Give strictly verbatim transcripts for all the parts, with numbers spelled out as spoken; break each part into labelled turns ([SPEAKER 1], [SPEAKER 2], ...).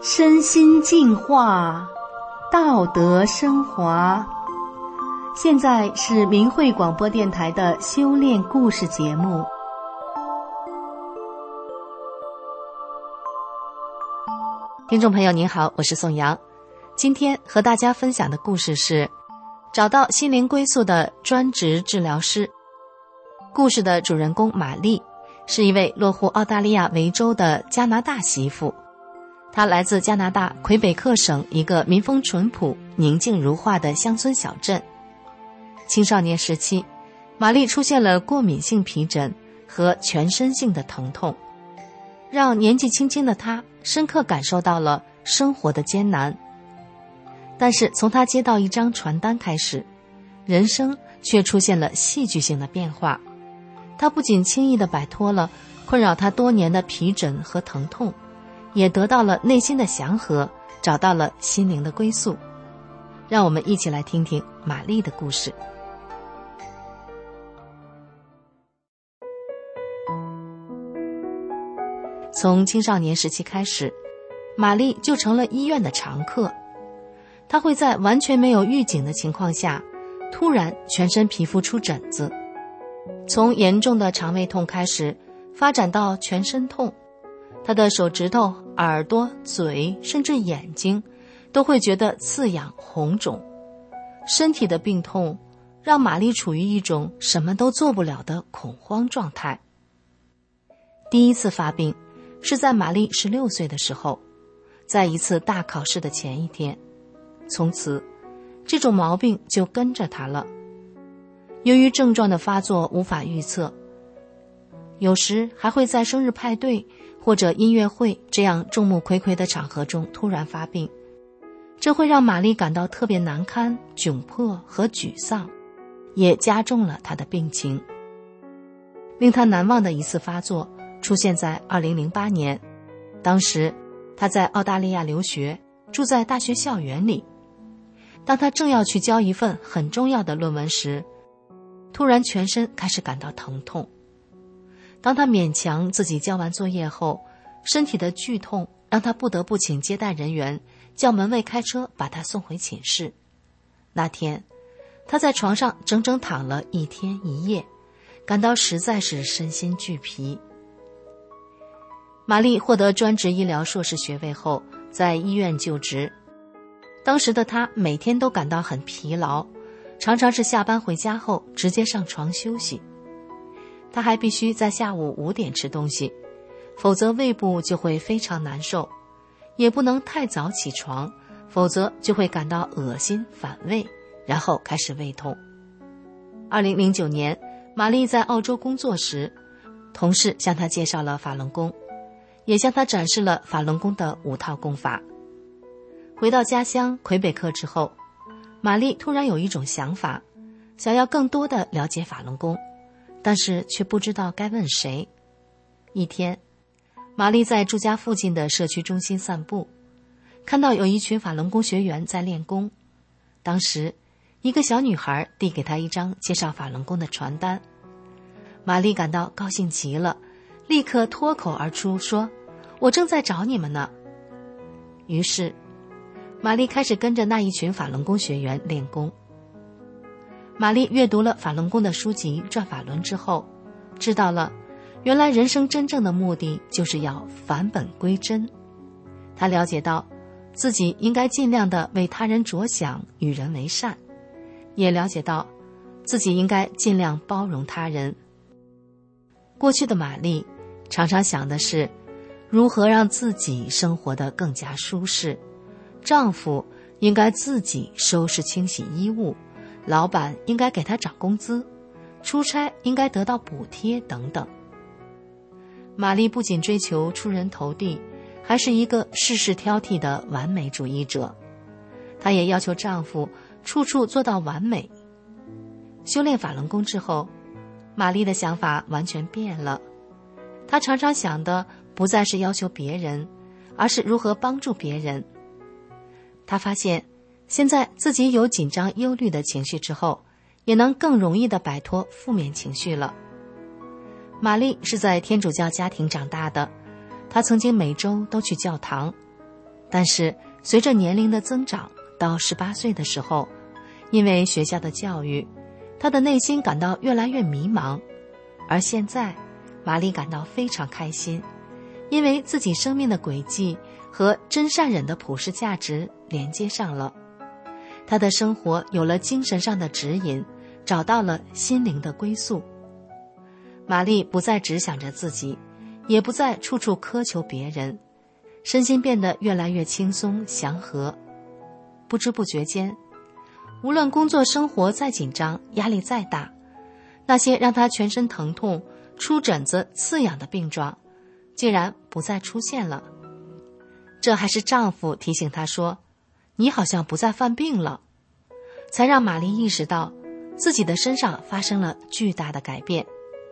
[SPEAKER 1] 身心净化，道德升华。现在是明慧广播电台的修炼故事节目。听众朋友您好，我是宋阳。今天和大家分享的故事是找到心灵归宿的专职治疗师。故事的主人公玛丽是一位落户澳大利亚维州的加拿大媳妇，她来自加拿大魁北克省一个民风淳朴、宁静如画的乡村小镇。青少年时期，玛丽出现了过敏性皮疹和全身性的疼痛，让年纪轻轻的她深刻感受到了生活的艰难。但是从她接到一张传单开始，人生却出现了戏剧性的变化。她不仅轻易地摆脱了困扰她多年的皮疹和疼痛，也得到了内心的祥和，找到了心灵的归宿。让我们一起来听听玛丽的故事。从青少年时期开始，玛丽就成了医院的常客。她会在完全没有预警的情况下，突然全身皮肤出疹子，从严重的肠胃痛开始，发展到全身痛。她的手指头、耳朵、嘴，甚至眼睛都会觉得刺痒红肿。身体的病痛让玛丽处于一种什么都做不了的恐慌状态。第一次发病是在玛丽十六岁的时候，在一次大考试的前一天。从此这种毛病就跟着她了。由于症状的发作无法预测，有时还会在生日派对或者音乐会这样众目睽睽的场合中突然发病，这会让玛丽感到特别难堪、窘迫和沮丧，也加重了她的病情。令她难忘的一次发作出现在二零零八年，当时她在澳大利亚留学，住在大学校园里。当她正要去交一份很重要的论文时，突然全身开始感到疼痛。当她勉强自己交完作业后，身体的剧痛让她不得不请接待人员叫门卫开车把她送回寝室。那天她在床上整整躺了一天一夜，感到实在是身心俱疲。玛丽获得专职医疗硕士学位后，在医院就职。当时的她每天都感到很疲劳，常常是下班回家后直接上床休息。她还必须在下午五点吃东西，否则胃部就会非常难受，也不能太早起床，否则就会感到恶心反胃，然后开始胃痛。二零零九年，玛丽在澳洲工作时，同事向她介绍了法轮功，也向她展示了法轮功的五套功法。回到家乡魁北克之后，玛丽突然有一种想法，想要更多的了解法轮功，但是却不知道该问谁。一天，玛丽在住家附近的社区中心散步，看到有一群法轮功学员在练功。当时一个小女孩递给她一张介绍法轮功的传单，玛丽感到高兴极了，立刻脱口而出说：“我正在找你们呢。”于是玛丽开始跟着那一群法轮功学员练功。玛丽阅读了法轮功的书籍《转法轮》之后，知道了原来人生真正的目的就是要返本归真。她了解到自己应该尽量的为他人着想，与人为善，也了解到自己应该尽量包容他人。过去的玛丽常常想的是如何让自己生活得更加舒适，丈夫应该自己收拾清洗衣物，老板应该给他涨工资，出差应该得到补贴等等。玛丽不仅追求出人头地，还是一个事事挑剔的完美主义者。她也要求丈夫处处做到完美。修炼法轮功之后，玛丽的想法完全变了。她常常想的不再是要求别人，而是如何帮助别人。她发现现在自己有紧张忧虑的情绪之后，也能更容易地摆脱负面情绪了。玛丽是在天主教家庭长大的，她曾经每周都去教堂。 但是随着年龄的增长，到十八岁的时候，因为学校的教育，她的内心感到越来越迷茫。而现在，玛丽感到非常开心，因为自己生命的轨迹和真善忍的普世价值连接上了。她的生活有了精神上的指引，找到了心灵的归宿。玛丽不再只想着自己，也不再处处苛求别人，身心变得越来越轻松祥和。不知不觉间，无论工作生活再紧张，压力再大，那些让她全身疼痛、出疹子、刺痒的病状竟然不再出现了。这还是丈夫提醒她说，你好像不再犯病了，才让玛丽意识到自己的身上发生了巨大的改变。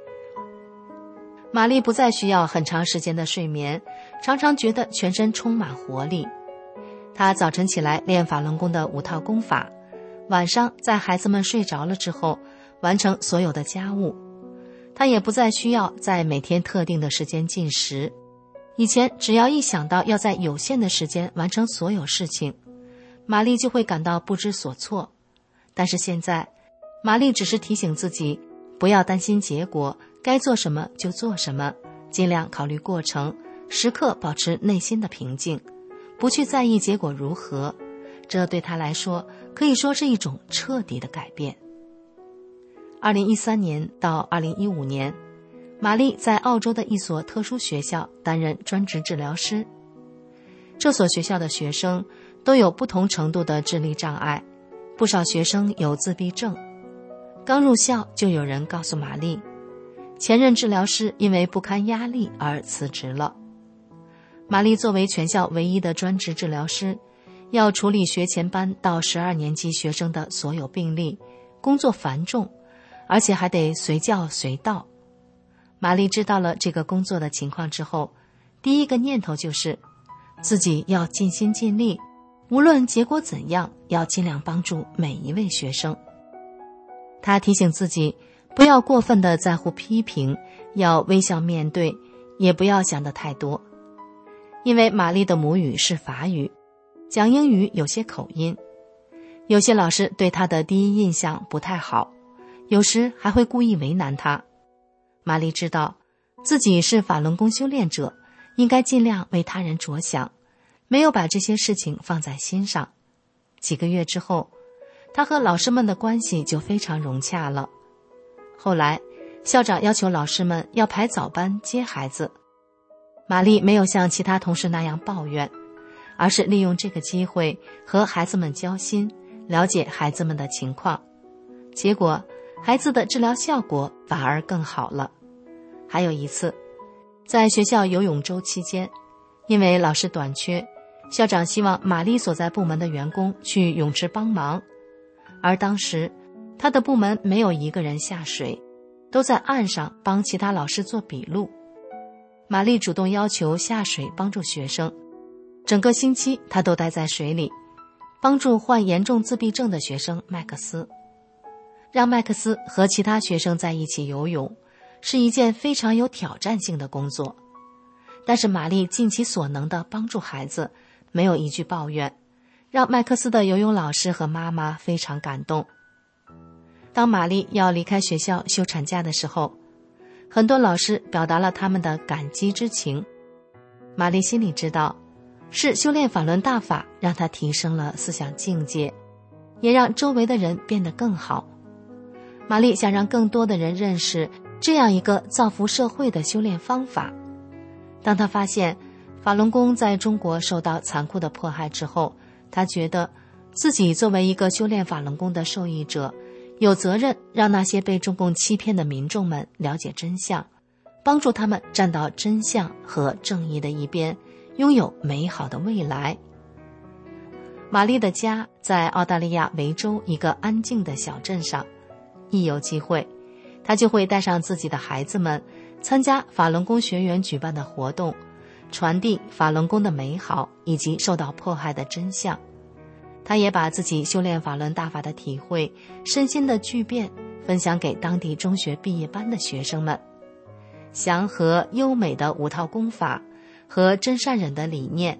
[SPEAKER 1] 玛丽不再需要很长时间的睡眠，常常觉得全身充满活力。她早晨起来练法轮功的五套功法，晚上在孩子们睡着了之后完成所有的家务。她也不再需要在每天特定的时间进食，以前只要一想到要在有限的时间完成所有事情，玛丽就会感到不知所措。但是现在，玛丽只是提醒自己不要担心结果，该做什么就做什么，尽量考虑过程，时刻保持内心的平静，不去在意结果如何。这对她来说可以说是一种彻底的改变。二零一三年到二零一五年，玛丽在澳洲的一所特殊学校担任专职治疗师。这所学校的学生都有不同程度的智力障碍，不少学生有自闭症。刚入校就有人告诉玛丽，前任治疗师因为不堪压力而辞职了。玛丽作为全校唯一的专职治疗师，要处理学前班到十二年级学生的所有病例，工作繁重，而且还得随叫随到。玛丽知道了这个工作的情况之后，第一个念头就是自己要尽心尽力，无论结果怎样，要尽量帮助每一位学生。她提醒自己不要过分地在乎批评，要微笑面对，也不要想得太多。因为玛丽的母语是法语，讲英语有些口音，有些老师对她的第一印象不太好，有时还会故意为难她。玛丽知道自己是法轮功修炼者，应该尽量为他人着想，没有把这些事情放在心上。几个月之后，她和老师们的关系就非常融洽了。后来，校长要求老师们要排早班接孩子，玛丽没有像其他同事那样抱怨，而是利用这个机会和孩子们交心，了解孩子们的情况。结果，孩子的治疗效果反而更好了。还有一次，在学校游泳周期间，因为老师短缺，校长希望玛丽所在部门的员工去泳池帮忙，而当时他的部门没有一个人下水，都在岸上帮其他老师做笔录。玛丽主动要求下水帮助学生，整个星期她都待在水里，帮助患严重自闭症的学生麦克斯。让麦克斯和其他学生在一起游泳是一件非常有挑战性的工作，但是玛丽尽其所能地帮助孩子，没有一句抱怨，让麦克斯的游泳老师和妈妈非常感动。当玛丽要离开学校休产假的时候，很多老师表达了他们的感激之情。玛丽心里知道，是修炼法轮大法让她提升了思想境界，也让周围的人变得更好。玛丽想让更多的人认识这样一个造福社会的修炼方法。当她发现法轮功在中国受到残酷的迫害之后，她觉得自己作为一个修炼法轮功的受益者，有责任让那些被中共欺骗的民众们了解真相，帮助他们站到真相和正义的一边，拥有美好的未来。玛丽的家在澳大利亚维州一个安静的小镇上，一有机会，她就会带上自己的孩子们参加法轮功学员举办的活动，传递法轮功的美好以及受到迫害的真相。她也把自己修炼法轮大法的体会、身心的巨变分享给当地中学毕业班的学生们。祥和优美的五套功法和真善忍的理念，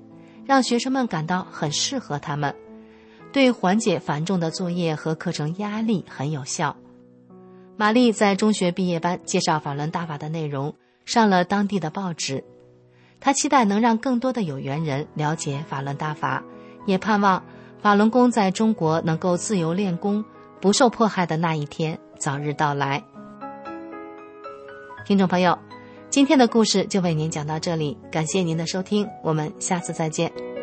[SPEAKER 1] 让学生们感到很适合他们，对缓解繁重的作业和课程压力很有效。玛丽在中学毕业班介绍法轮大法的内容，上了当地的报纸。她期待能让更多的有缘人了解法轮大法，也盼望法轮功在中国能够自由练功，不受迫害的那一天早日到来。听众朋友，今天的故事就为您讲到这里，感谢您的收听，我们下次再见。